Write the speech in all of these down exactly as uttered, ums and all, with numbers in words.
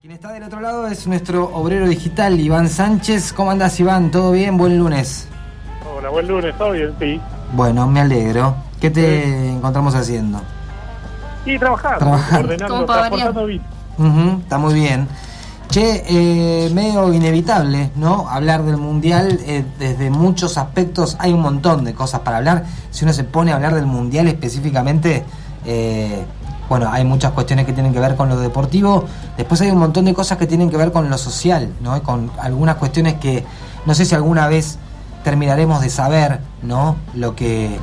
Quien está del otro lado es nuestro obrero digital, Iván Sánchez. ¿Cómo andás, Iván? ¿Todo bien? Buen lunes. Hola, buen lunes, ¿todo bien? Sí. Bueno, me alegro. ¿Qué te sí. encontramos haciendo? Y trabajando, trabajando. ordenando, transportando bits. Uh-huh, está muy bien. Che, eh, medio inevitable, ¿no? Hablar del Mundial eh, desde muchos aspectos. Hay un montón de cosas para hablar. Si uno se pone a hablar del Mundial específicamente... Eh, Bueno, hay muchas cuestiones que tienen que ver con lo deportivo. Después hay un montón de cosas que tienen que ver con lo social, ¿no? Con algunas cuestiones que no sé si alguna vez terminaremos de saber, ¿no? Lo que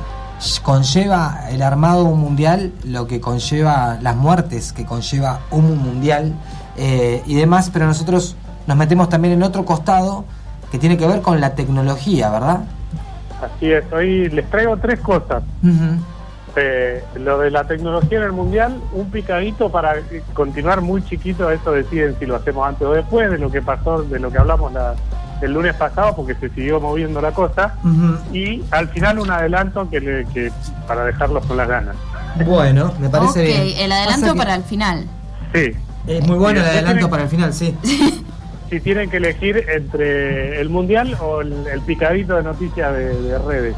conlleva el armado de un mundial, lo que conlleva las muertes que conlleva un mundial eh, y demás. Pero nosotros nos metemos también en otro costado que tiene que ver con la tecnología, ¿verdad? Así es. Hoy les traigo tres cosas. Uh-huh. Eh, lo de la tecnología en el mundial, un picadito para continuar muy chiquito, eso deciden si lo hacemos antes o después de lo que pasó, de lo que hablamos la, el lunes pasado, porque se siguió moviendo la cosa, uh-huh. Y al final un adelanto que, le, que para dejarlos con las ganas. Bueno, me parece okay, bien. El adelanto que... para el final. Sí. Es muy bueno el adelanto tienen... para el final, sí. Si tienen que elegir entre el mundial o el, el picadito de noticias de, de redes.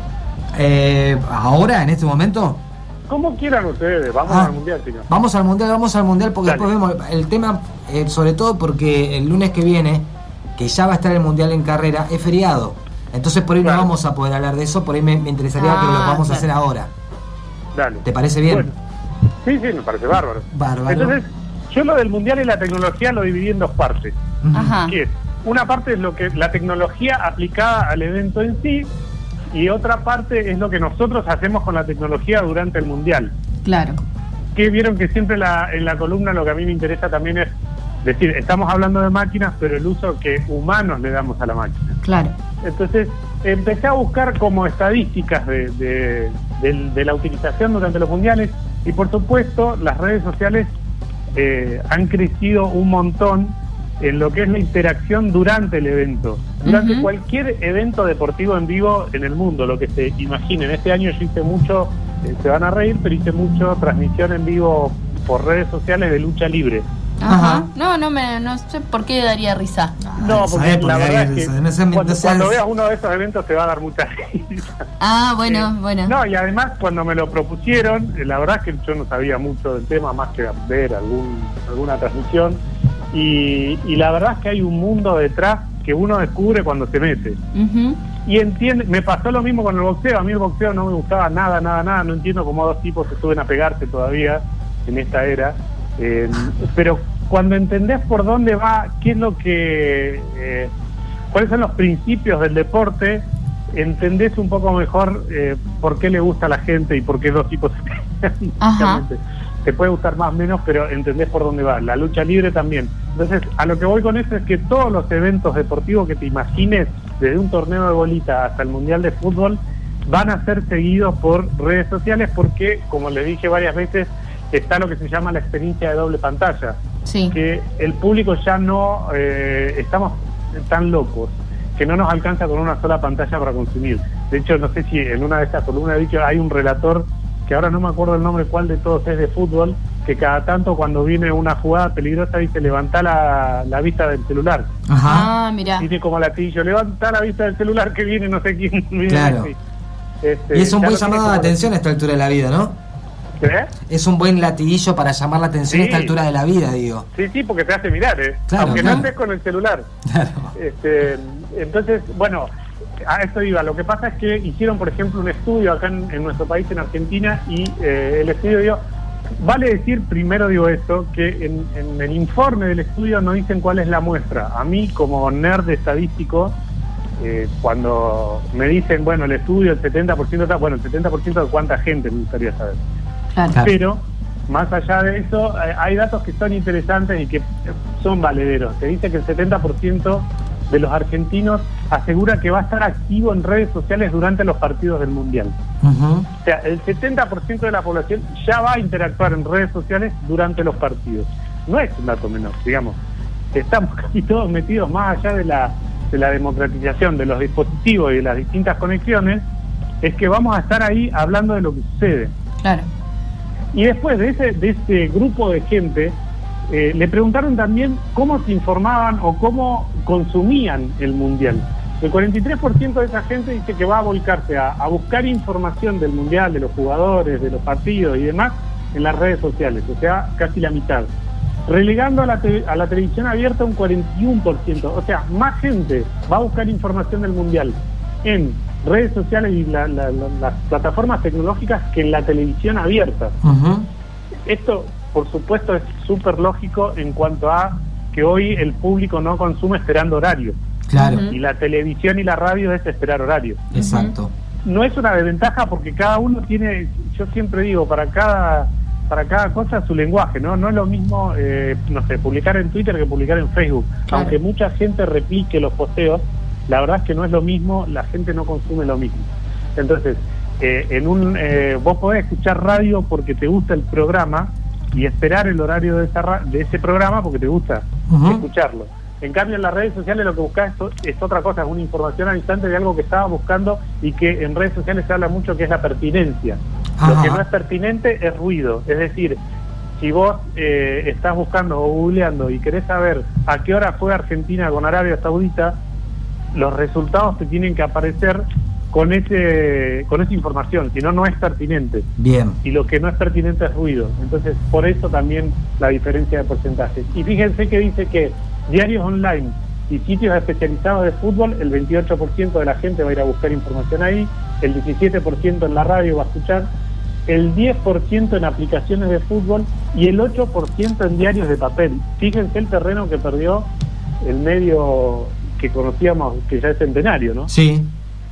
Eh, ¿Ahora, en este momento? Como quieran ustedes, vamos ah, al mundial, señor. Vamos al mundial, vamos al mundial porque Dale. Después vemos el tema, eh, sobre todo porque el lunes que viene, que ya va a estar el mundial en carrera, es feriado. Entonces por ahí claro. no vamos a poder hablar de eso, por ahí me, me interesaría ah, que lo vamos claro. a hacer ahora. Dale. ¿Te parece bien? Bueno. Sí, sí, me parece bárbaro. Bárbaro. Entonces, yo lo del mundial y la tecnología lo dividí en dos partes. Ajá. ¿Qué es? Una parte es lo que la tecnología aplicada al evento en sí, y otra parte es lo que nosotros hacemos con la tecnología durante el mundial. Claro. Que vieron que siempre la, en la columna lo que a mí me interesa también es decir, estamos hablando de máquinas, pero el uso que humanos le damos a la máquina. Claro. Entonces, empecé a buscar como estadísticas de, de, de, de la utilización durante los mundiales, y por supuesto las redes sociales eh, han crecido un montón en lo que es la interacción durante el evento, durante uh-huh. cualquier evento deportivo en vivo en el mundo, lo que se imaginen. Este año yo hice mucho, eh, se van a reír, pero hice mucho transmisión en vivo por redes sociales de lucha libre. Ajá. No, no me, no sé por qué daría risa. No, porque la verdad es que no sé, cuando, cuando veas uno de esos eventos te va a dar mucha risa. Ah, bueno, eh, bueno. No, y además cuando me lo propusieron, la verdad es que yo no sabía mucho del tema, más que ver algún alguna transmisión. Y, y la verdad es que hay un mundo detrás que uno descubre cuando se mete. Uh-huh. Y entiende, me pasó lo mismo con el boxeo. A mí el boxeo no me gustaba nada, nada, nada. No entiendo cómo dos tipos se suben a pegarse todavía en esta era. Eh, pero cuando entendés por dónde va, qué es lo que... Eh, cuáles son los principios del deporte, entendés un poco mejor eh, por qué le gusta a la gente y por qué dos tipos se pegan. Te puede gustar más o menos, pero entendés por dónde va. La lucha libre también. Entonces, a lo que voy con eso es que todos los eventos deportivos que te imagines, desde un torneo de bolita hasta el mundial de fútbol, van a ser seguidos por redes sociales porque, como les dije varias veces, está lo que se llama la experiencia de doble pantalla. Sí. Que el público ya no... Eh, estamos tan locos que no nos alcanza con una sola pantalla para consumir. De hecho, no sé si en una de estas columnas he dicho, hay un relator que ahora no me acuerdo el nombre cuál de todos es de fútbol, que cada tanto cuando viene una jugada peligrosa dice levanta la, la vista del celular. Ajá. Ah, mira. Dice como latillo, levanta la vista del celular que viene no sé quién. Claro. Este, y es un buen llamado de atención a esta altura de la vida, ¿no? ¿Qué? Es un buen latiguillo para llamar la atención sí. a esta altura de la vida, digo. Sí, sí, porque te hace mirar, ¿eh? Claro, aunque claro. no estés con el celular. Claro. Este, entonces, bueno... A esto iba, lo que pasa es que hicieron, por ejemplo, un estudio acá en, en nuestro país, en Argentina, y eh, el estudio dio, vale decir, primero digo esto, que en, en el informe del estudio no dicen cuál es la muestra. A mí, como nerd estadístico, eh, cuando me dicen, bueno, el estudio, el setenta por ciento está, bueno, el setenta por ciento de cuánta gente me gustaría saber. Claro. Pero, más allá de eso, eh, hay datos que son interesantes y que son valederos. Se dice que el setenta por ciento de los argentinos asegura que va a estar activo en redes sociales durante los partidos del Mundial. Uh-huh. O sea, el setenta por ciento de la población ya va a interactuar en redes sociales durante los partidos. No es un dato menor, digamos. Estamos casi todos metidos más allá de la, de la democratización de los dispositivos y de las distintas conexiones, es que vamos a estar ahí hablando de lo que sucede. Claro. Y después de ese, de ese grupo de gente, eh, le preguntaron también cómo se informaban o cómo consumían el Mundial. El cuarenta y tres por ciento de esa gente dice que va a volcarse a, a buscar información del Mundial, de los jugadores, de los partidos y demás, en las redes sociales, o sea, casi la mitad. Relegando a la, te- a la televisión abierta un cuarenta y uno por ciento, o sea, más gente va a buscar información del Mundial en redes sociales y la, la, la, las plataformas tecnológicas que en la televisión abierta. Uh-huh. Esto, por supuesto, es súper lógico en cuanto a que hoy el público no consume esperando horario. Claro. Uh-huh. Y la televisión y la radio es esperar horario. Exacto. No es una desventaja porque cada uno tiene, yo siempre digo, para cada para cada cosa su lenguaje, ¿no? No es lo mismo, eh, no sé, publicar en Twitter que publicar en Facebook. Claro. Aunque mucha gente replique los posteos, la verdad es que no es lo mismo, la gente no consume lo mismo. Entonces, eh, en un eh, vos podés escuchar radio porque te gusta el programa y esperar el horario de, esa ra- de ese programa porque te gusta Uh-huh. escucharlo. En cambio, en las redes sociales lo que buscás es, es otra cosa, es una información al instante de algo que estaba buscando y que en redes sociales se habla mucho, que es la pertinencia. Ajá. Lo que no es pertinente es ruido. Es decir, si vos eh, estás buscando o googleando y querés saber a qué hora fue Argentina con Arabia Saudita, los resultados te tienen que aparecer con ese con esa información, si no, no es pertinente. Bien. Y lo que no es pertinente es ruido. Entonces, por eso también la diferencia de porcentajes. Y fíjense que dice que diarios online y sitios especializados de fútbol, el veintiocho por ciento de la gente va a ir a buscar información ahí, el diecisiete por ciento en la radio va a escuchar, el diez por ciento en aplicaciones de fútbol y el ocho por ciento en diarios de papel. Fíjense el terreno que perdió el medio que conocíamos, que ya es centenario, ¿no? Sí.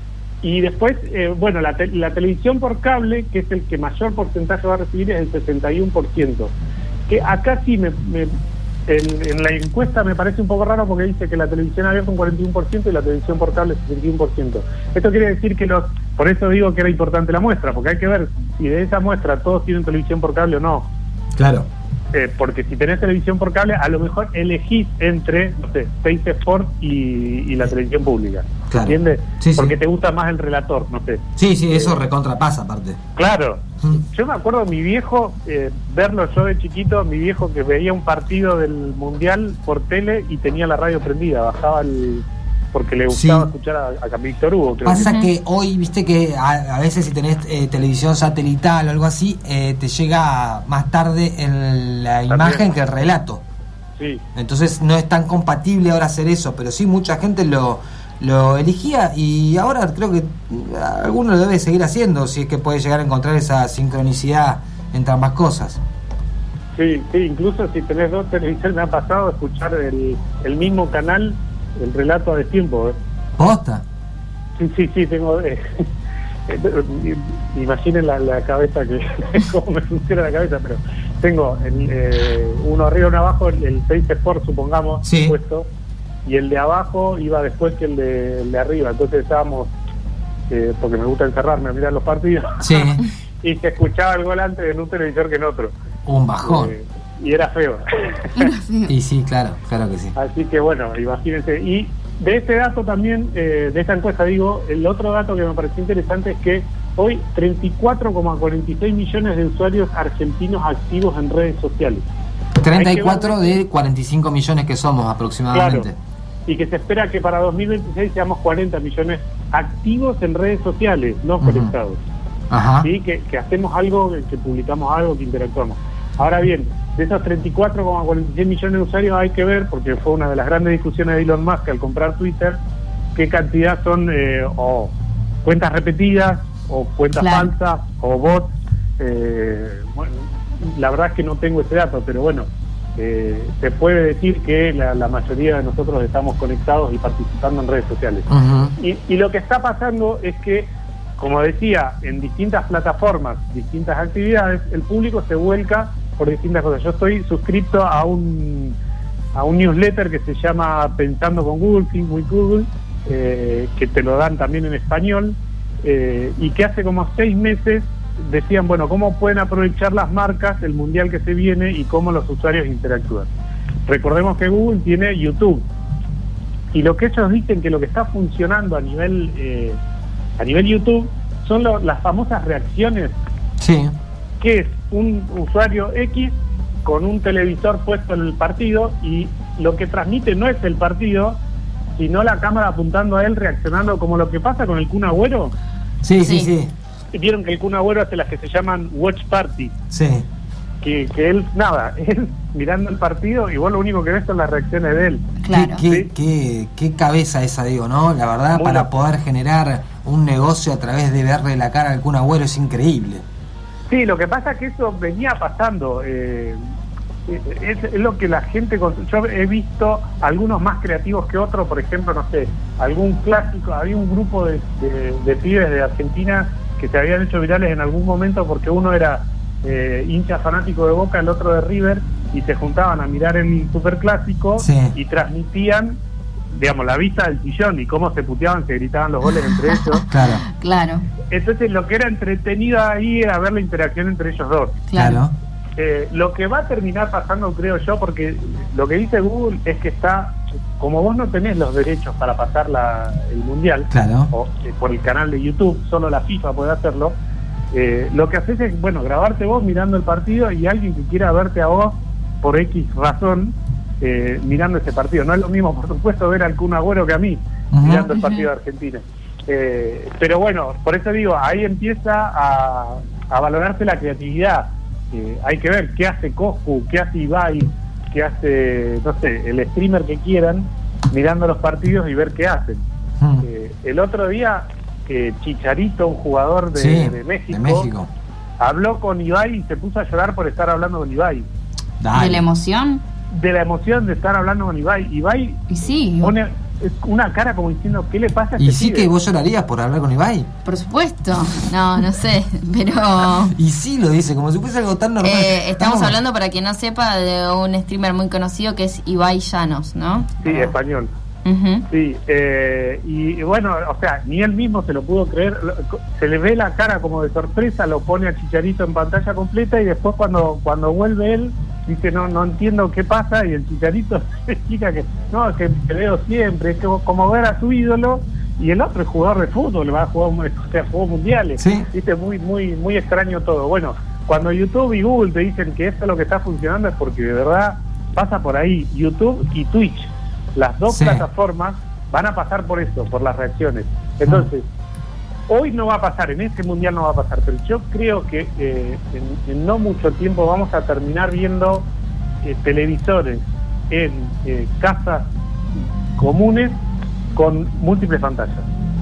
Y después, eh, bueno, la, te- la televisión por cable, que es el que mayor porcentaje va a recibir, es el sesenta y uno por ciento. Que acá sí, me, me, en, en la encuesta me parece un poco raro porque dice que la televisión abierta un cuarenta y uno por ciento y la televisión por cable sesenta y uno por ciento. Esto quiere decir que los... Por eso digo que era importante la muestra, porque hay que ver si de esa muestra todos tienen televisión por cable o no. Claro. Eh, porque si tenés televisión por cable, a lo mejor elegís entre, no sé, Teis Sport y, y la televisión pública. Claro. ¿Entiendes? Sí, Porque sí. te gusta más el relator, no sé. Sí, sí, eso recontrapasa aparte. Claro. Mm. Yo me acuerdo de mi viejo, eh, verlo yo de chiquito, mi viejo que veía un partido del Mundial por tele y tenía la radio prendida, bajaba el... porque le gustaba Sí. escuchar a, a Víctor Hugo. Creo Pasa que... que hoy, viste que a, a veces si tenés eh, televisión satelital o algo así, eh, te llega más tarde en la También. imagen que el relato. Sí. Entonces no es tan compatible ahora hacer eso, pero sí mucha gente lo, lo elegía y ahora creo que alguno lo debe seguir haciendo si es que puede llegar a encontrar esa sincronicidad entre ambas cosas. Sí, sí, incluso si tenés dos televisores, me ha pasado escuchar el, el mismo canal, el relato a destiempo. ¿eh? ¿Posta? Sí, sí, sí, tengo... Eh, eh, imaginen la, la cabeza, que cómo me funciona la cabeza, pero tengo el, eh, uno arriba y uno abajo, el, el Teis Sport, supongamos, Sí. puesto, y el de abajo iba después que el de, el de arriba, entonces estábamos, eh, porque me gusta encerrarme a mirar los partidos, Sí. y se escuchaba el gol antes en un televisor que en otro. Un bajón. Eh, y era feo. Y sí, claro, claro que sí. Así que bueno, imagínense. Y de este dato también, eh, de esta encuesta digo, el otro dato que me pareció interesante es que hoy treinta y cuatro coma cuarenta y seis millones de usuarios argentinos activos en redes sociales. treinta y cuatro de cuarenta y cinco millones que somos aproximadamente. Claro. Y que se espera que para dos mil veintiséis seamos cuarenta millones activos en redes sociales, no Ujú. conectados. Ajá. ¿Sí? Que, que hacemos algo, que, que publicamos algo, que interactuamos. Ahora bien, de esos treinta y cuatro coma cuarenta y seis millones de usuarios hay que ver, porque fue una de las grandes discusiones de Elon Musk al comprar Twitter, qué cantidad son eh, o cuentas repetidas, o cuentas Claro. falsas, o bots. Eh, bueno, la verdad es que no tengo ese dato, pero bueno, eh, se puede decir que la, la mayoría de nosotros estamos conectados y participando en redes sociales. Ujú. Y, y lo que está pasando es que, como decía, en distintas plataformas, distintas actividades, el público se vuelca por distintas cosas. Yo estoy suscrito a un a un newsletter que se llama Pensando con Google, Think with Google, eh, que te lo dan también en español, eh, y que hace como seis meses decían, bueno, cómo pueden aprovechar las marcas el mundial que se viene y cómo los usuarios interactúan. Recordemos que Google tiene YouTube, y lo que ellos dicen que lo que está funcionando a nivel eh, a nivel YouTube son lo, las famosas reacciones, Sí. que es un usuario X con un televisor puesto en el partido y lo que transmite no es el partido, sino la cámara apuntando a él, reaccionando como lo que pasa con el Kun Agüero. Sí, sí, sí. sí. Vieron que el Kun Agüero hace las que se llaman watch party. Sí. Que, que él, nada, él mirando el partido y vos lo único que ves son las reacciones de él. Claro. Qué, ¿Sí? qué, qué, qué cabeza esa, digo, ¿no? La verdad, Muy para lo... poder generar un negocio a través de verle la cara al Kun Agüero es increíble. Sí, lo que pasa es que eso venía pasando. Eh, es, es lo que la gente... Yo he visto algunos más creativos que otros, por ejemplo, no sé, algún clásico, había un grupo de, de, de pibes de Argentina que se habían hecho virales en algún momento porque uno era... Eh, hincha fanático de Boca, el otro de River, y se juntaban a mirar el Superclásico sí. y transmitían, digamos, la vista del sillón y cómo se puteaban, se gritaban los goles entre ellos. Claro. Claro. Entonces lo que era entretenido ahí era ver la interacción entre ellos dos. Claro. Eh, lo que va a terminar pasando, creo yo, porque lo que dice Google es que está, como vos no tenés los derechos para pasar la, el Mundial, claro. o eh, por el canal de YouTube, solo la FIFA puede hacerlo. Eh, lo que haces es, bueno, grabarte vos mirando el partido y alguien que quiera verte a vos por X razón eh, mirando ese partido. No es lo mismo, por supuesto, ver al Kun Agüero que a mí uh-huh. mirando el partido uh-huh. de Argentina. Eh, pero bueno, por eso digo, ahí empieza a, a valorarse la creatividad. Eh, hay que ver qué hace Coscu, qué hace Ibai, qué hace, no sé, el streamer que quieran, mirando los partidos y ver qué hacen. Uh-huh. Eh, el otro día... Eh, Chicharito, un jugador de, sí, de, México, de México, habló con Ibai y se puso a llorar por estar hablando con Ibai. Dale. ¿De la emoción? De la emoción de estar hablando con Ibai. Ibai y sí. pone una cara como diciendo, ¿qué le pasa a este Y sí pibe? Que vos llorarías por hablar con Ibai. Por supuesto. No, no sé, pero... Y sí lo dice, como si fuese algo tan normal. Eh, estamos Vamos. hablando, para quien no sepa, de un streamer muy conocido que es Ibai Llanos, ¿no? Sí, oh. español. Uh-huh. Sí, eh, y, y bueno, o sea, ni él mismo se lo pudo creer, se le ve la cara como de sorpresa, lo pone a Chicharito en pantalla completa y después cuando cuando vuelve él dice no no entiendo qué pasa y el Chicharito explica que no, es que te veo siempre, es que como ver a su ídolo y el otro es jugador de fútbol, va a jugar, o sea, juegos mundiales, ¿sí? Viste, muy muy muy extraño todo. Bueno, cuando YouTube y Google te dicen que esto es lo que está funcionando es porque de verdad pasa por ahí. YouTube y Twitch, las dos sí. plataformas van a pasar por eso, por las reacciones. Entonces, mm. hoy no va a pasar, en este mundial no va a pasar, pero yo creo que eh, en, en no mucho tiempo vamos a terminar viendo eh, televisores en eh, casas comunes con múltiples pantallas.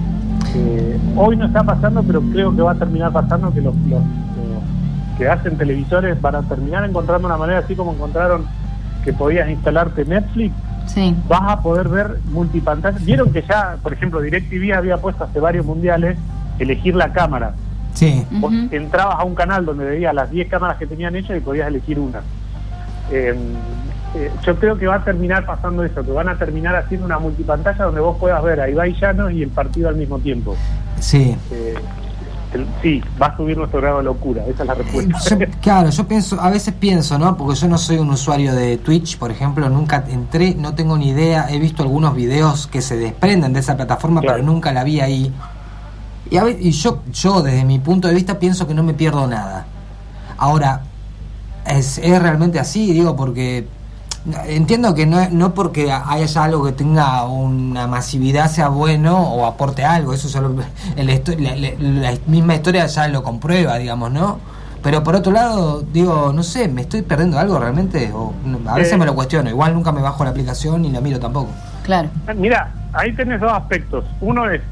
Eh, hoy no está pasando, pero creo que va a terminar pasando, que los, los eh, que hacen televisores van a terminar encontrando una manera, así como encontraron que podías instalarte Netflix. Sí. Vas a poder ver multipantalla. Vieron que ya, por ejemplo, DirecTV había puesto hace varios mundiales elegir la cámara. Sí. Vos uh-huh. entrabas a un canal donde veías las diez cámaras que tenían ellos y podías elegir una. Eh, eh, yo creo que va a terminar pasando eso, que van a terminar haciendo una multipantalla donde vos puedas ver a Ibai Llanos y el partido al mismo tiempo. Sí. Eh, el, sí, va a subir nuestro grado de locura, esa es la respuesta. Yo, claro, yo pienso, a veces pienso, ¿no? Porque yo no soy un usuario de Twitch, por ejemplo, nunca entré, no tengo ni idea, he visto algunos videos que se desprenden de esa plataforma, claro. Pero nunca la vi ahí. Y, a ver, y yo, yo, desde mi punto de vista, pienso que no me pierdo nada. Ahora, es, es realmente así, digo, porque entiendo que no, no porque haya algo que tenga una masividad sea bueno o aporte algo, eso solo el, la, la, la misma historia ya lo comprueba, digamos, ¿no? Pero por otro lado, digo, no sé, ¿me estoy perdiendo algo realmente? O, a veces eh, me lo cuestiono, igual nunca me bajo la aplicación ni la miro tampoco. Claro. Mira, ahí tenés dos aspectos. Uno es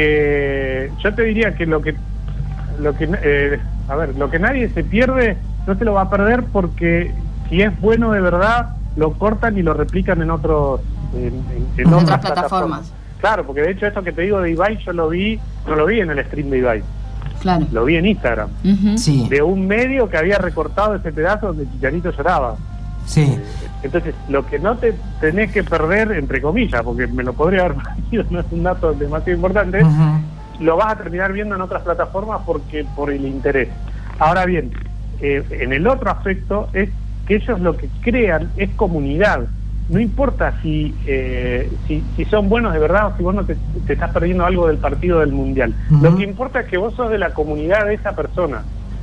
que yo te diría que lo que lo que eh, a ver, lo que nadie se pierde no se lo va a perder, porque si es bueno de verdad lo cortan y lo replican en otros en, en, en otras, otras plataformas. plataformas. Claro, porque de hecho esto que te digo de Ibai, yo lo vi, no lo vi en el stream de Ibai. Claro. Lo vi en Instagram. Uh-huh. Sí. De un medio que había recortado ese pedazo donde Chicharito lloraba. Sí. Eh, entonces, lo que no te tenés que perder, entre comillas, porque me lo podría haber perdido, no es un dato demasiado importante, uh-huh. Lo vas a terminar viendo en otras plataformas porque por el interés. Ahora bien, eh, en el otro aspecto es que ellos lo que crean es comunidad. No importa si, eh, si si son buenos de verdad o si vos no te, te estás perdiendo algo del partido del mundial. Uh-huh. Lo que importa es que vos sos de la comunidad de esa persona.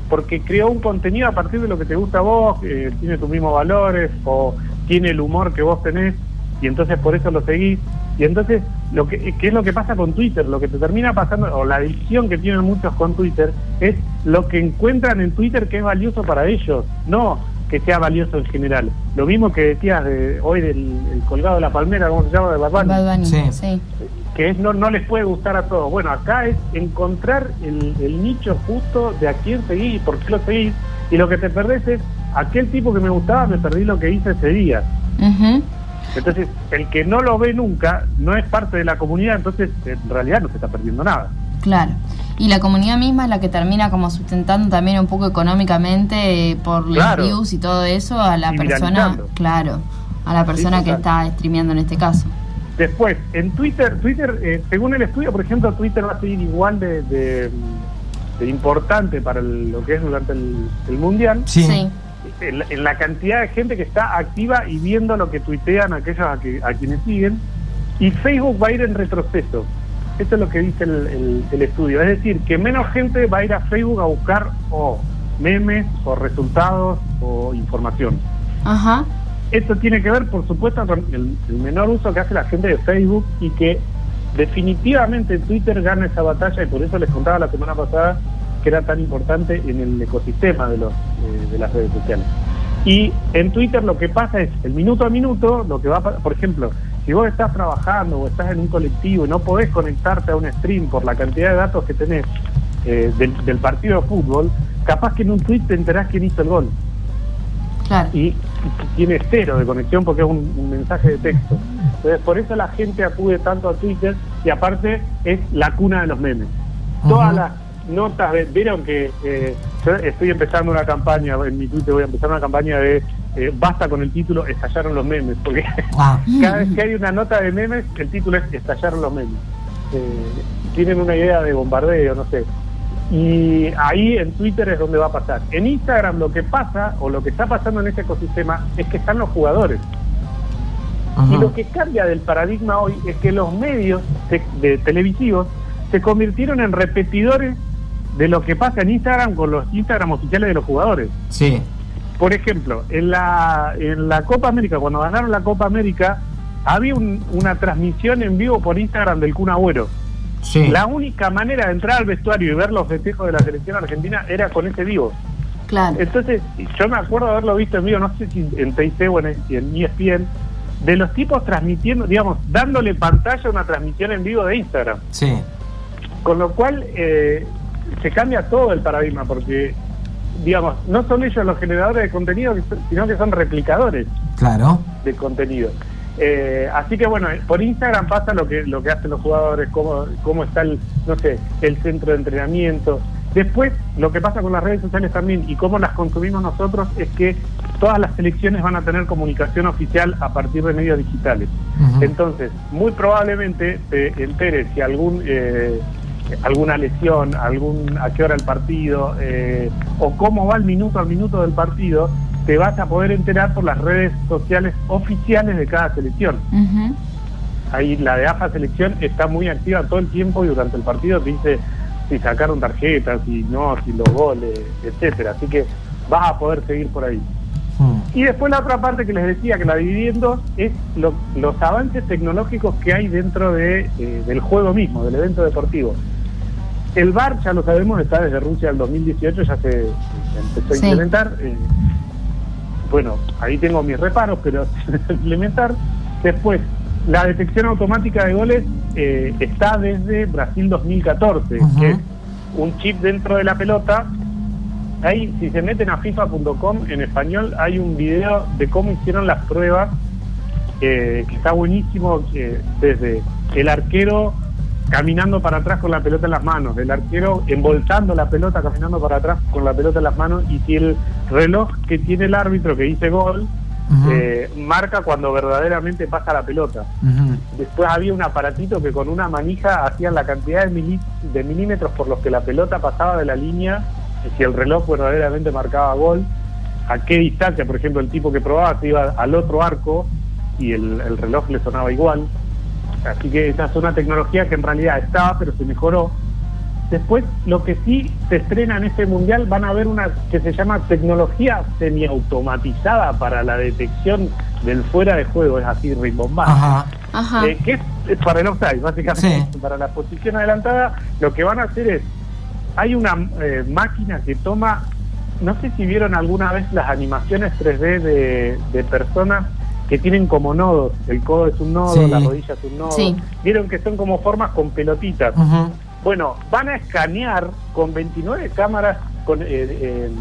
porque creó un contenido a partir de lo que te gusta a vos, eh, tiene tus mismos valores, o tiene el humor que vos tenés, y entonces por eso lo seguís. Y entonces, lo que ¿qué es lo que pasa con Twitter? Lo que te termina pasando, o la adicción que tienen muchos con Twitter, es lo que encuentran en Twitter que es valioso para ellos, no que sea valioso en general. Lo mismo que decías de, hoy del el colgado de la palmera, ¿cómo se llama? De Bad Bunny. Bad Bunny, Sí. sí. Que es no, no les puede gustar a todos. Bueno, acá es encontrar el, el nicho justo de a quién seguís y por qué lo seguís, y lo que te perdés es aquel tipo que me gustaba, me perdí lo que hice ese día. Ujú. Entonces, el que no lo ve nunca no es parte de la comunidad, entonces en realidad no se está perdiendo nada. Claro. Y la comunidad misma es la que termina como sustentando también un poco económicamente, eh, por los Claro. views y todo eso, a la Y persona, viralizando. claro, a la persona Sí, que total. está streameando en este caso. Después, en Twitter, Twitter eh, según el estudio, por ejemplo, Twitter va a seguir igual de, de, de importante para el- lo que es durante el, el Mundial, Sí. en, la- en la cantidad de gente que está activa y viendo lo que tuitean aquellos a, que, a quienes siguen, y Facebook va a ir en retroceso. Eso es lo que dice el, el- el estudio. Es decir, que menos gente va a ir a Facebook a buscar o memes, o resultados, o información. Ajá. Esto tiene que ver, por supuesto, con el, el menor uso que hace la gente de Facebook, y que definitivamente Twitter gana esa batalla, y por eso les contaba la semana pasada que era tan importante en el ecosistema de, los, eh, de las redes sociales. Y en Twitter lo que pasa es, el minuto a minuto, lo que va a pa- por ejemplo, si vos estás trabajando o estás en un colectivo y no podés conectarte a un stream por la cantidad de datos que tenés eh, del, del partido de fútbol, capaz que en un tweet te enterás quién hizo el gol. Claro. Y tiene cero de conexión porque es un, un mensaje de texto. Entonces, por eso la gente acude tanto a Twitter, y aparte es la cuna de los memes. Ujú. Todas las notas, de- vieron que eh, yo estoy empezando una campaña, en mi Twitter voy a empezar una campaña de eh, basta con el título estallaron los memes, porque Ah, cada vez que hay una nota de memes, el título es estallaron los memes. Eh, tienen una idea de bombardeo, no sé. Y ahí en Twitter es donde va a pasar. En Instagram lo que pasa, o lo que está pasando en ese ecosistema, es que están los jugadores. ujú. Y lo que cambia del paradigma hoy es que los medios de, de televisivos se convirtieron en repetidores de lo que pasa en Instagram con los Instagram oficiales de los jugadores. Sí. Por ejemplo, en la, en la Copa América, cuando ganaron la Copa América, había un- una transmisión en vivo por Instagram del Kun Agüero. Sí. La única manera de entrar al vestuario y ver los festejos de la selección argentina era con ese vivo. Claro. Entonces, yo me acuerdo de haberlo visto en vivo, no sé si en T I C o en, en E S P N, de los tipos transmitiendo, digamos, dándole pantalla a una transmisión en vivo de Instagram. Sí. Con lo cual, eh, se cambia todo el paradigma, porque, digamos, no son ellos los generadores de contenido, sino que son replicadores Claro. de contenido. Eh, así que bueno, por Instagram pasa lo que lo que hacen los jugadores, cómo, cómo está el, no sé, el centro de entrenamiento. Después, lo que pasa con las redes sociales también, y cómo las consumimos nosotros, es que todas las selecciones van a tener comunicación oficial a partir de medios digitales. Ujú. Entonces, muy probablemente te enteres si algún eh, alguna lesión, algún a qué hora el partido, eh, o cómo va el minuto al minuto del partido, te vas a poder enterar por las redes sociales oficiales de cada selección. Ujú. Ahí la de A F A Selección está muy activa todo el tiempo, y durante el partido te dice si sacaron tarjetas, si no, si los goles, etcétera. Así que vas a poder seguir por ahí. Mm. Y después la otra parte que les decía, que la dividí en dos, es lo- los avances tecnológicos que hay dentro de, eh, del juego mismo, del evento deportivo. El V A R, ya lo sabemos, está desde Rusia del dos mil dieciocho, ya se empezó a Sí. implementar. Eh, bueno, ahí tengo mis reparos, pero se implementar. Después, la detección automática de goles eh, está desde Brasil dos mil catorce, Ujú. que es un chip dentro de la pelota. Ahí, si se meten a FIFA punto com, en español hay un video de cómo hicieron las pruebas, eh, que está buenísimo, eh, desde el arquero caminando para atrás con la pelota en las manos, el arquero embolsando la pelota, caminando para atrás con la pelota en las manos, y si el reloj que tiene el árbitro que dice gol, Ujú. eh, marca cuando verdaderamente pasa la pelota. Ujú. Después había un aparatito que con una manija hacían la cantidad de, mili- de milímetros por los que la pelota pasaba de la línea, y si el reloj verdaderamente marcaba gol, a qué distancia. Por ejemplo, el tipo que probaba se iba al otro arco y el, el reloj le sonaba igual. Así que esa es una tecnología que en realidad estaba, pero se mejoró. Después, lo que sí se estrena en este mundial, van a ver una que se llama tecnología semiautomatizada para la detección del fuera de juego, es así rimbombante. Ajá. Ajá. Eh, que es, es para el offside, básicamente. Sí. Para la posición adelantada, lo que van a hacer es, hay una eh, máquina que toma, no sé si vieron alguna vez las animaciones tres D de, de personas que tienen como nodos, el codo es un nodo, Sí. la rodilla es un nodo, Sí. vieron que son como formas con pelotitas. Uh-huh. Bueno, van a escanear con veintinueve cámaras con, eh, eh,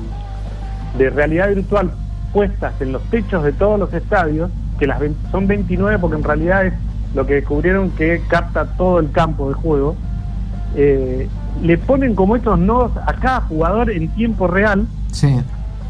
de realidad virtual puestas en los techos de todos los estadios, que las ve- son veintinueve porque en realidad es lo que descubrieron que capta todo el campo de juego. Eh, le ponen como estos nodos a cada jugador en tiempo real Sí.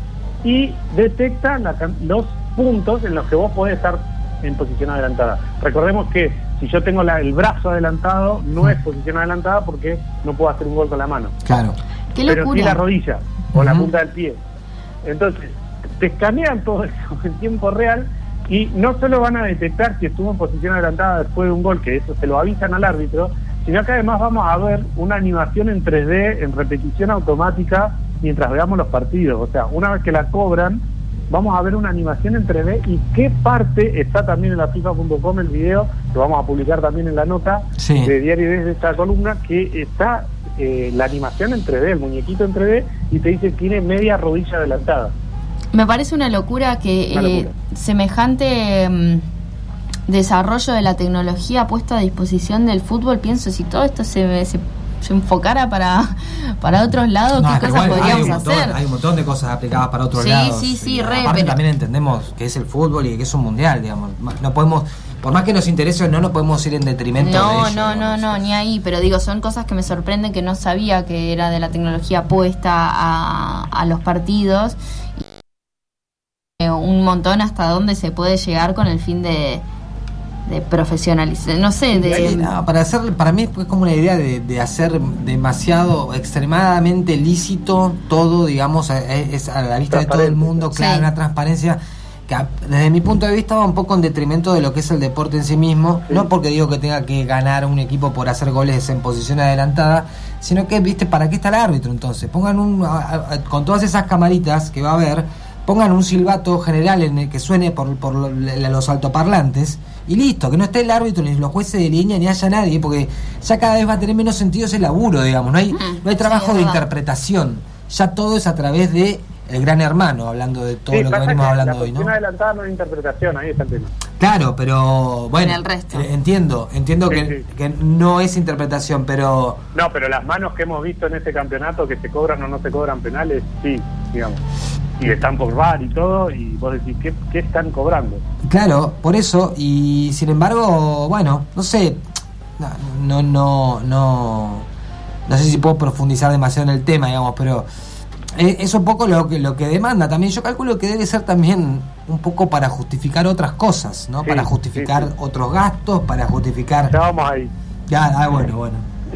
y detecta la can- los puntos en los que vos podés estar en posición adelantada. Recordemos que si yo tengo la- el brazo adelantado, no es posición adelantada porque no puedo hacer un gol con la mano. Claro. Qué Pero sí locura. la rodilla o la Ujú. punta del pie. Entonces, te escanean todo eso en tiempo real y no solo van a detectar si estuvo en posición adelantada después de un gol, que eso se lo avisan al árbitro, sino que además vamos a ver una animación en tres D, en repetición automática, mientras veamos los partidos. O sea, una vez que la cobran, vamos a ver una animación en tres D y qué parte está también en la FIFA punto com el video, que vamos a publicar también en la nota Sí. de Diario desde esta columna, que está eh, la animación en tres D, el muñequito en tres D, y te dice tiene media rodilla adelantada. Me parece una locura que Una eh, locura. semejante mm, desarrollo de la tecnología puesta a disposición del fútbol. Pienso, si todo esto se, se, se enfocara para, para otros lados, No, ¿qué es que cosas igual hay podríamos un montón, hacer? hay un montón de cosas aplicadas para otros Sí, lados. sí, sí, Y re, aparte pero- también entendemos que es el fútbol y que es un mundial, digamos. No podemos, por más que nos interese, no nos podemos ir en detrimento de No, ello. no, no, digamos. no, ni ahí, pero digo, son cosas que me sorprenden, que no sabía que era de la tecnología puesta a, a los partidos. Y, eh, un montón hasta dónde se puede llegar con el fin de, de profesionalizar, no sé, de... No, para hacer, para mí es como una idea de, de hacer demasiado, extremadamente lícito todo, digamos, es, es a la vista de todo el mundo, claro, Sí. una transparencia que a- desde mi punto de vista va un poco en detrimento de lo que es el deporte en sí mismo, Sí. no porque digo que tenga que ganar un equipo por hacer goles en posición adelantada, sino que, viste, ¿para qué está el árbitro entonces? Pongan un, a- a- con todas esas camaritas que va a haber, pongan un silbato general en el que suene por, por lo- la- los altoparlantes y listo, que no esté el árbitro ni los jueces de línea ni haya nadie, porque ya cada vez va a tener menos sentido ese laburo, digamos, no hay, Mm, no hay trabajo sí, es de verdad. interpretación, ya todo es a través de el gran hermano, hablando de todo Sí, lo que pasa venimos que hablando la hoy, ¿no? posición adelantada no es interpretación, ahí está el tema. Claro, pero bueno, En el resto. eh, entiendo, entiendo Sí, que, sí. que no es interpretación, pero No, pero las manos que hemos visto en este campeonato, que se cobran o no se cobran penales, sí, digamos. Y están por V A R y todo, y vos decís, ¿qué, qué están cobrando? claro, por eso, y sin embargo, bueno, no sé, no, no, no, no, no sé si puedo profundizar demasiado en el tema, digamos, pero eh, es un poco lo que lo que demanda también. Yo calculo que debe ser también un poco para justificar otras cosas, ¿no? Sí, para justificar sí, sí. otros gastos, para justificar. Ya vamos ahí. Ya, ah, bueno, bueno.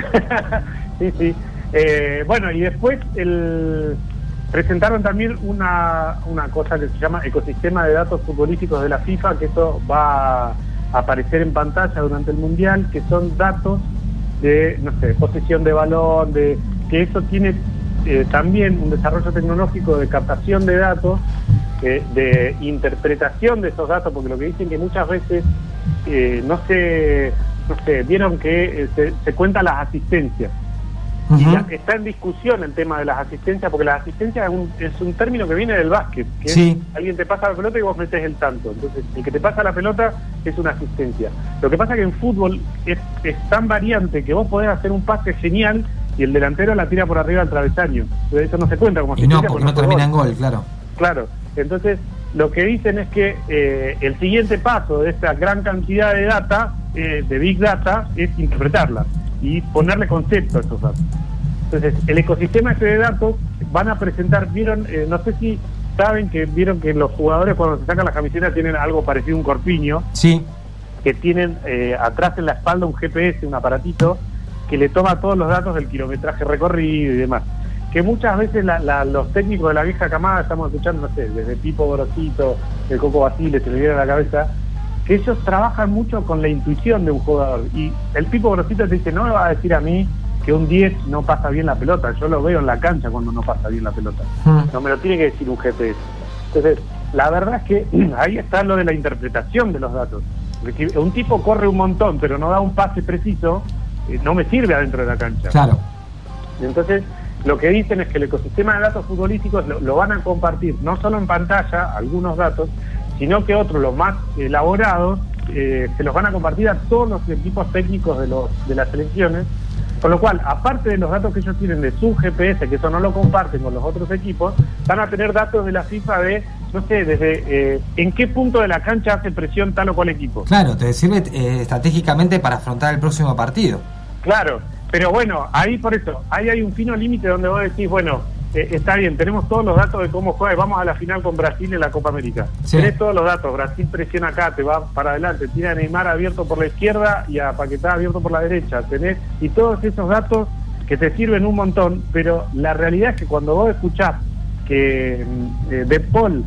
Sí, sí. Eh, bueno, y después el presentaron también una, una cosa que se llama ecosistema de datos futbolísticos de la FIFA, que eso va a aparecer en pantalla durante el Mundial, que son datos de, no sé, posesión de balón, de que eso tiene eh, también un desarrollo tecnológico de captación de datos, eh, de interpretación de esos datos, porque lo que dicen que muchas veces eh, no se, no sé, vieron que eh, se, se cuentan las asistencias. Y Ujú. la- está en discusión el tema de las asistencias, porque las asistencias es un, es un término que viene del básquet, que es Sí. alguien te pasa la pelota y vos metes el tanto. Entonces, el que te pasa la pelota es una asistencia. Lo que pasa que en fútbol es, es tan variante que vos podés hacer un pase genial y el delantero la tira por arriba al travesaño. Entonces, eso no se cuenta como Y no, asistencia porque no fue termina en gol. gol, claro. Claro, entonces lo que dicen es que eh, el siguiente paso de esta gran cantidad de data, eh, de Big Data, es interpretarla y ponerle concepto a esos datos. Entonces, el ecosistema ese de datos van a presentar, vieron, eh, no sé si saben que vieron que los jugadores cuando se sacan la camiseta tienen algo parecido a un corpiño, Sí, que tienen eh, atrás en la espalda un G P S, un aparatito, que le toma todos los datos del kilometraje recorrido y demás. Que muchas veces la, la, los técnicos de la vieja camada, estamos escuchando, no sé, desde Pipo Gorosito, el Coco Basile, se me viene a la cabeza, que ellos trabajan mucho con la intuición de un jugador. Y el Pipo Gorosito te dice, no me va a decir a mí que un diez no pasa bien la pelota. Yo lo veo en la cancha cuando no pasa bien la pelota. No me lo tiene que decir un G P S. Entonces, la verdad es que ahí está lo de la interpretación de los datos. Porque si un tipo corre un montón, pero no da un pase preciso, eh, no me sirve adentro de la cancha. Claro. Entonces, lo que dicen es que el ecosistema de datos futbolísticos lo, lo van a compartir, no solo en pantalla, algunos datos, sino que otros, los más elaborados, eh, se los van a compartir a todos los equipos técnicos de, los, de las selecciones. Con lo cual, aparte de los datos que ellos tienen de su G P S, que eso no lo comparten con los otros equipos, van a tener datos de la FIFA de, no sé, desde eh, en qué punto de la cancha hace presión tal o cual equipo. Claro, te sirve eh, estratégicamente para afrontar el próximo partido. Claro, pero bueno, ahí por eso, ahí hay un fino límite donde vos decís, bueno, eh, está bien, tenemos todos los datos de cómo juega, vamos a la final con Brasil en la Copa América. Sí. Tenés todos los datos, Brasil presiona acá, te va para adelante, tiene a Neymar abierto por la izquierda y a Paquetá abierto por la derecha, tenés, y todos esos datos que te sirven un montón, pero la realidad es que cuando vos escuchás que eh, De Paul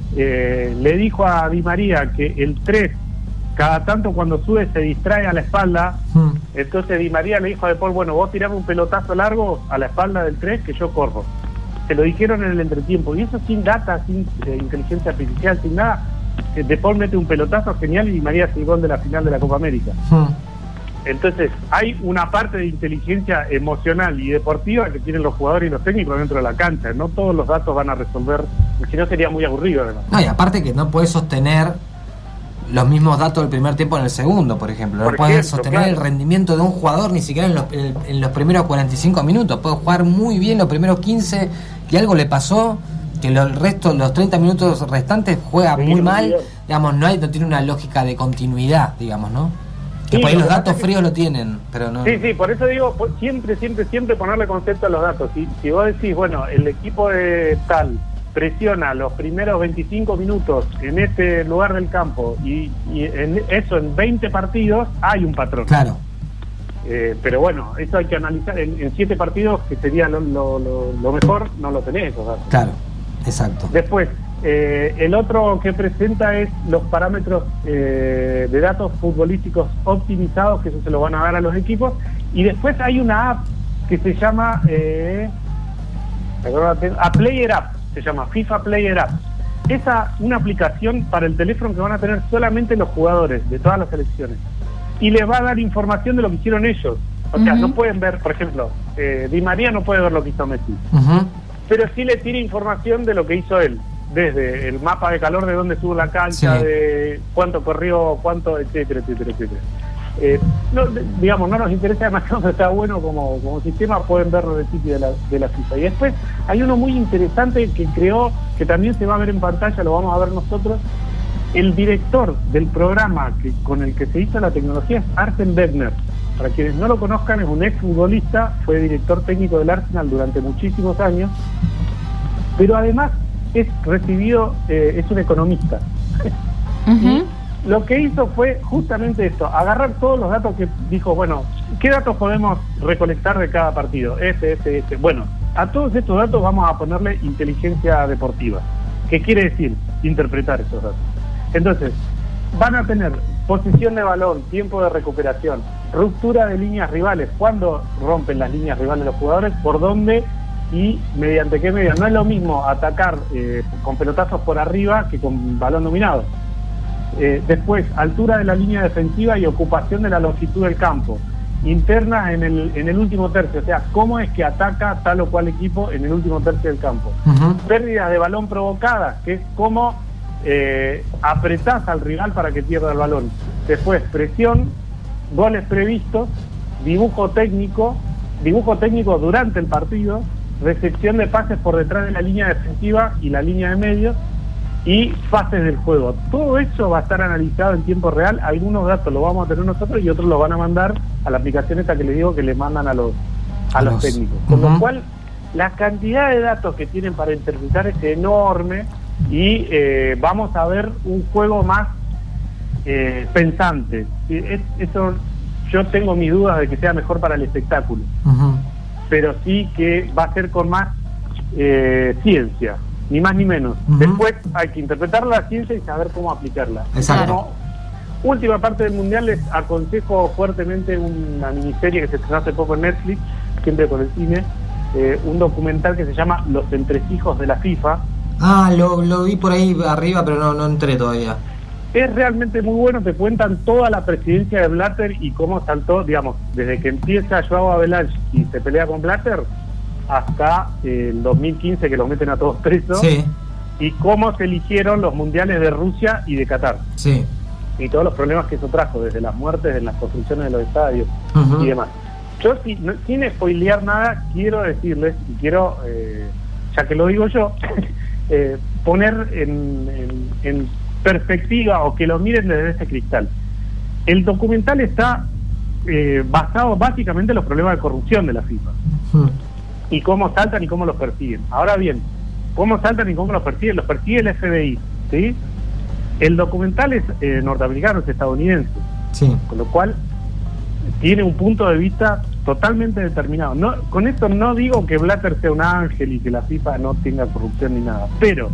eh, le dijo a Di María que el tres cada tanto cuando sube se distrae a la espalda, hmm. entonces Di María le dijo a De Paul, bueno, vos tirame un pelotazo largo a la espalda del tres que yo corro. Se lo dijeron en el entretiempo, y eso sin data, sin eh, inteligencia artificial, sin nada. eh, De Paul mete un pelotazo genial y Di María hace el gol de la final de la Copa América. hmm. Entonces hay una parte de inteligencia emocional y deportiva que tienen los jugadores y los técnicos dentro de la cancha. No todos los datos van a resolver, si no sería muy aburrido además. No, y aparte que no puedes sostener los mismos datos del primer tiempo en el segundo, por ejemplo. No por puedes ejemplo, sostener claro. el rendimiento de un jugador ni siquiera en los, en, en los primeros cuarenta y cinco minutos. Puede jugar muy bien los primeros quince, que algo le pasó, que lo, el resto, los treinta minutos restantes juega sí, muy mal. Bien. Digamos, no hay, no tiene una lógica de continuidad, digamos, ¿no? Que sí, por ahí los datos fríos que... lo tienen, pero no... Sí, sí, por eso digo, siempre, siempre, siempre ponerle concepto a los datos. Si, si vos decís, bueno, el equipo de tal presiona los primeros veinticinco minutos en este lugar del campo y, y en eso en veinte partidos hay un patrón. Claro. Eh, pero bueno, eso hay que analizar en, en siete partidos, que sería lo, lo, lo, lo mejor, no lo tenés esos datos. Claro, exacto. Después, eh, el otro que presenta es los parámetros eh, de datos futbolísticos optimizados, que eso se lo van a dar a los equipos. Y después hay una app que se llama eh, a Player App, se llama FIFA Player App. Esa una aplicación para el teléfono que van a tener solamente los jugadores de todas las selecciones, y les va a dar información de lo que hicieron ellos. O sea, uh-huh. no pueden ver, por ejemplo, eh, Di María no puede ver lo que hizo Messi, uh-huh. pero sí le tira información de lo que hizo él, desde el mapa de calor de dónde estuvo la cancha, sí. de cuánto corrió, cuánto, etcétera, etcétera, etcétera. Eh, no, digamos, no nos interesa demasiado, pero está bueno como, como sistema, pueden verlo en el sitio de la, de la FIFA. Y después hay uno muy interesante que creó, que también se va a ver en pantalla, lo vamos a ver nosotros. El director del programa que, con el que se hizo la tecnología es Arsène Wenger. Para quienes no lo conozcan, es un ex futbolista, fue director técnico del Arsenal durante muchísimos años, pero además es recibido, eh, es un economista. Uh-huh. Lo que hizo fue justamente esto, agarrar todos los datos que dijo, bueno, ¿qué datos podemos recolectar de cada partido? Este, este, este. Bueno, a todos estos datos vamos a ponerle inteligencia deportiva. ¿Qué quiere decir? Interpretar esos datos. Entonces, van a tener posición de balón, tiempo de recuperación, ruptura de líneas rivales, cuándo rompen las líneas rivales los jugadores, por dónde y mediante qué medio. No es lo mismo atacar eh, con pelotazos por arriba que con balón dominado. Eh, después, altura de la línea defensiva y ocupación de la longitud del campo. Internas en el, en el último tercio, o sea, cómo es que ataca tal o cual equipo en el último tercio del campo. Uh-huh. Pérdidas de balón provocadas, que es cómo eh, apretás al rival para que pierda el balón. Después, presión, goles previstos, dibujo técnico, dibujo técnico durante el partido, recepción de pases por detrás de la línea defensiva y la línea de medio, y fases del juego. Todo eso va a estar analizado en tiempo real. Algunos datos los vamos a tener nosotros y otros los van a mandar a la aplicación esta que les digo que le mandan a los a, a los, los técnicos. Con uh-huh. lo cual, la cantidad de datos que tienen para interpretar es enorme y eh, vamos a ver un juego más eh, pensante. Es, eso yo tengo mis dudas de que sea mejor para el espectáculo, uh-huh. pero sí que va a ser con más eh, ciencia. Ni más ni menos. Uh-huh. Después hay que interpretar la ciencia y saber cómo aplicarla. Exacto. Como, última parte del Mundial les aconsejo fuertemente una miniserie que se estrenó hace poco en Netflix, siempre con el cine, eh, un documental que se llama Los entresijos de la FIFA. Ah, lo, lo vi por ahí arriba, pero no, no entré todavía. Es realmente muy bueno, te cuentan toda la presidencia de Blatter y cómo saltó, digamos, desde que empieza Joao Avalanche y se pelea con Blatter hasta eh, el dos mil quince que los meten a todos presos. Sí. Y cómo se eligieron los mundiales de Rusia y de Qatar. Sí. Y todos los problemas que eso trajo, desde las muertes, en las construcciones de los estadios Uh-huh. y demás. Yo, sin, no, sin spoilear nada, quiero decirles, y quiero, eh, ya que lo digo yo, eh, poner en, en, en perspectiva o que lo miren desde ese cristal. El documental está eh, basado básicamente en los problemas de corrupción de la FIFA. Uh-huh. Y cómo saltan y cómo los persiguen. Ahora bien, cómo saltan y cómo los persiguen, los persigue el F B I, ¿sí? El documental es eh, norteamericano, es estadounidense, sí. Con lo cual tiene un punto de vista totalmente determinado. No, con esto no digo que Blatter sea un ángel y que la FIFA no tenga corrupción ni nada, pero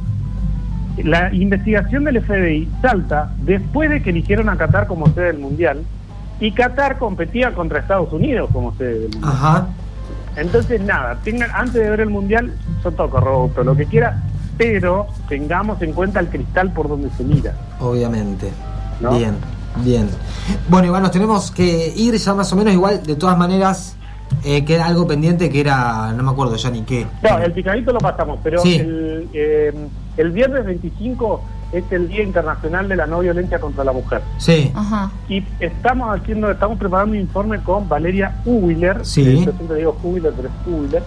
la investigación del F B I salta después de que eligieron a Qatar como sede del Mundial, y Qatar competía contra Estados Unidos como sede del Mundial. Ajá. Entonces, nada, tengan, antes de ver el Mundial, yo todo corrupto, lo que quiera, pero tengamos en cuenta el cristal por donde se mira. Obviamente. ¿No? Bien, bien. Bueno, igual nos tenemos que ir ya más o menos, igual, de todas maneras, eh, queda algo pendiente que era, no me acuerdo ya ni qué. No, el picadito lo pasamos, pero sí. el, eh, el viernes veinticinco es el Día Internacional de la No Violencia contra la Mujer. Sí. Ajá. Y estamos haciendo, estamos preparando un informe con Valeria Hubiler, Sí. que yo siempre digo Hubiler, pero es Hubiler,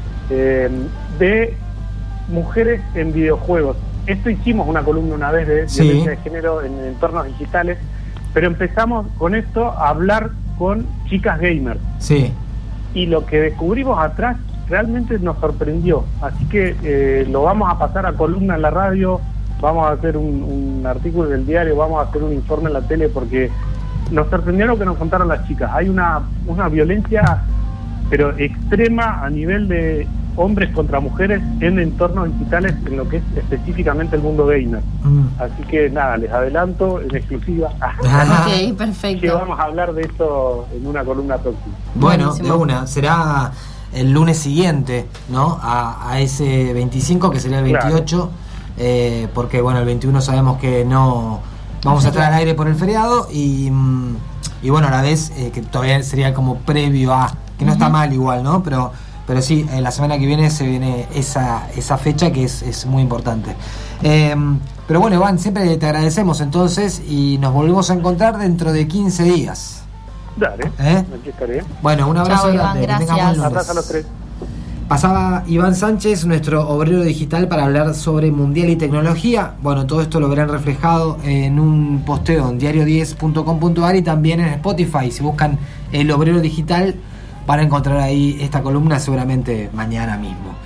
eh, de mujeres en videojuegos. Esto hicimos una columna una vez de Sí. violencia de género en entornos digitales, pero empezamos con esto a hablar con chicas gamers. Sí. Y lo que descubrimos atrás realmente nos sorprendió. Así que eh, lo vamos a pasar a columna en la radio, vamos a hacer un, un artículo del diario, vamos a hacer un informe en la tele, porque nos sorprendió lo que nos contaron las chicas. Hay una, una violencia, pero extrema, a nivel de hombres contra mujeres en entornos digitales, en lo que es específicamente el mundo gamer. Mm. Así que nada, les adelanto en exclusiva Ajá. Ok, perfecto. que vamos a hablar de esto en una columna próxima. Bueno, Buenísimo. de una, será el lunes siguiente, ¿no? A, a ese veinticinco, que sería el veintiocho, eh, porque bueno, el veintiuno sabemos que no vamos a estar al aire por el feriado, y, mm, y bueno, a la vez eh, que todavía sería como previo a, que no está mal igual, ¿no? Pero pero sí, eh, la semana que viene se viene esa esa fecha que es, es muy importante. Eh, pero bueno, Iván, siempre te agradecemos entonces, y nos volvemos a encontrar dentro de quince días. Dale, ¿Eh? aquí estaré. Bueno, un abrazo Chao, Iván, grande. Que gracias. tengas buen lunes. Abrazo a los tres. Pasaba Iván Sánchez, nuestro obrero digital, para hablar sobre mundial y tecnología. Bueno, todo esto lo verán reflejado en un posteo en diario diez punto com punto a r y también en Spotify. Si buscan el obrero digital, van a encontrar ahí esta columna seguramente mañana mismo.